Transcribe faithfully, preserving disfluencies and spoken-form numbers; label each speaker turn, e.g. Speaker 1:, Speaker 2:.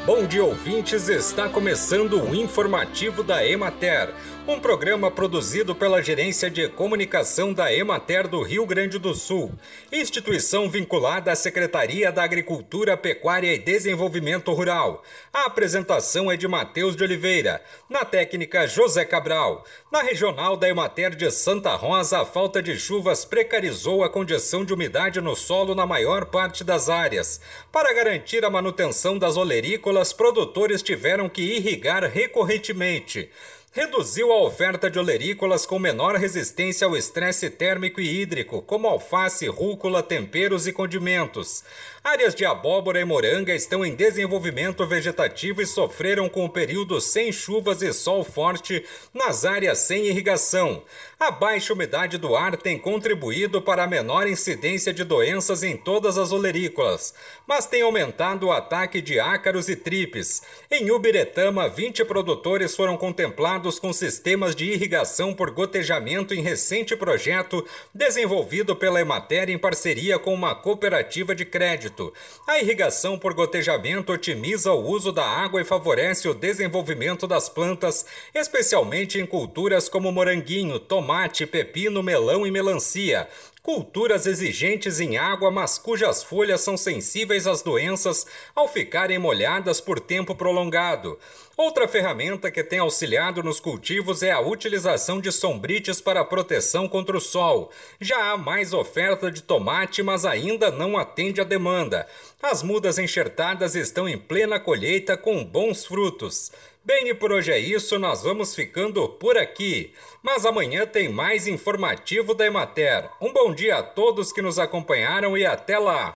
Speaker 1: Bom dia, ouvintes! Está começando o informativo da Emater, um programa produzido pela Gerência de Comunicação da Emater do Rio Grande do Sul, instituição vinculada à Secretaria da Agricultura, Pecuária e Desenvolvimento Rural. A apresentação é de Matheus de Oliveira, na técnica José Cabral. Na regional da Emater de Santa Rosa, a falta de chuvas precarizou a condição de umidade no solo na maior parte das áreas. Para garantir a manutenção das olerícolas, produtores tiveram que irrigar recorrentemente. Reduziu a oferta de olerícolas com menor resistência ao estresse térmico e hídrico, como alface, rúcula, temperos e condimentos. Áreas de abóbora e moranga estão em desenvolvimento vegetativo e sofreram com o período sem chuvas e sol forte nas áreas sem irrigação. A baixa umidade do ar tem contribuído para a menor incidência de doenças em todas as olerícolas, mas tem aumentado o ataque de ácaros e tripes. Em Ubiretama, vinte produtores foram contemplados com sistemas de irrigação por gotejamento em recente projeto desenvolvido pela Emater em parceria com uma cooperativa de crédito. A irrigação por gotejamento otimiza o uso da água e favorece o desenvolvimento das plantas, especialmente em culturas como moranguinho, tomate, pepino, melão e melancia. Culturas exigentes em água, mas cujas folhas são sensíveis às doenças ao ficarem molhadas por tempo prolongado. Outra ferramenta que tem auxiliado nos cultivos é a utilização de sombrites para proteção contra o sol. Já há mais oferta de tomate, mas ainda não atende à demanda. As mudas enxertadas estão em plena colheita com bons frutos. Bem, e por hoje é isso, nós vamos ficando por aqui. Mas amanhã tem mais informativo da Emater. Um bom dia a todos que nos acompanharam e até lá!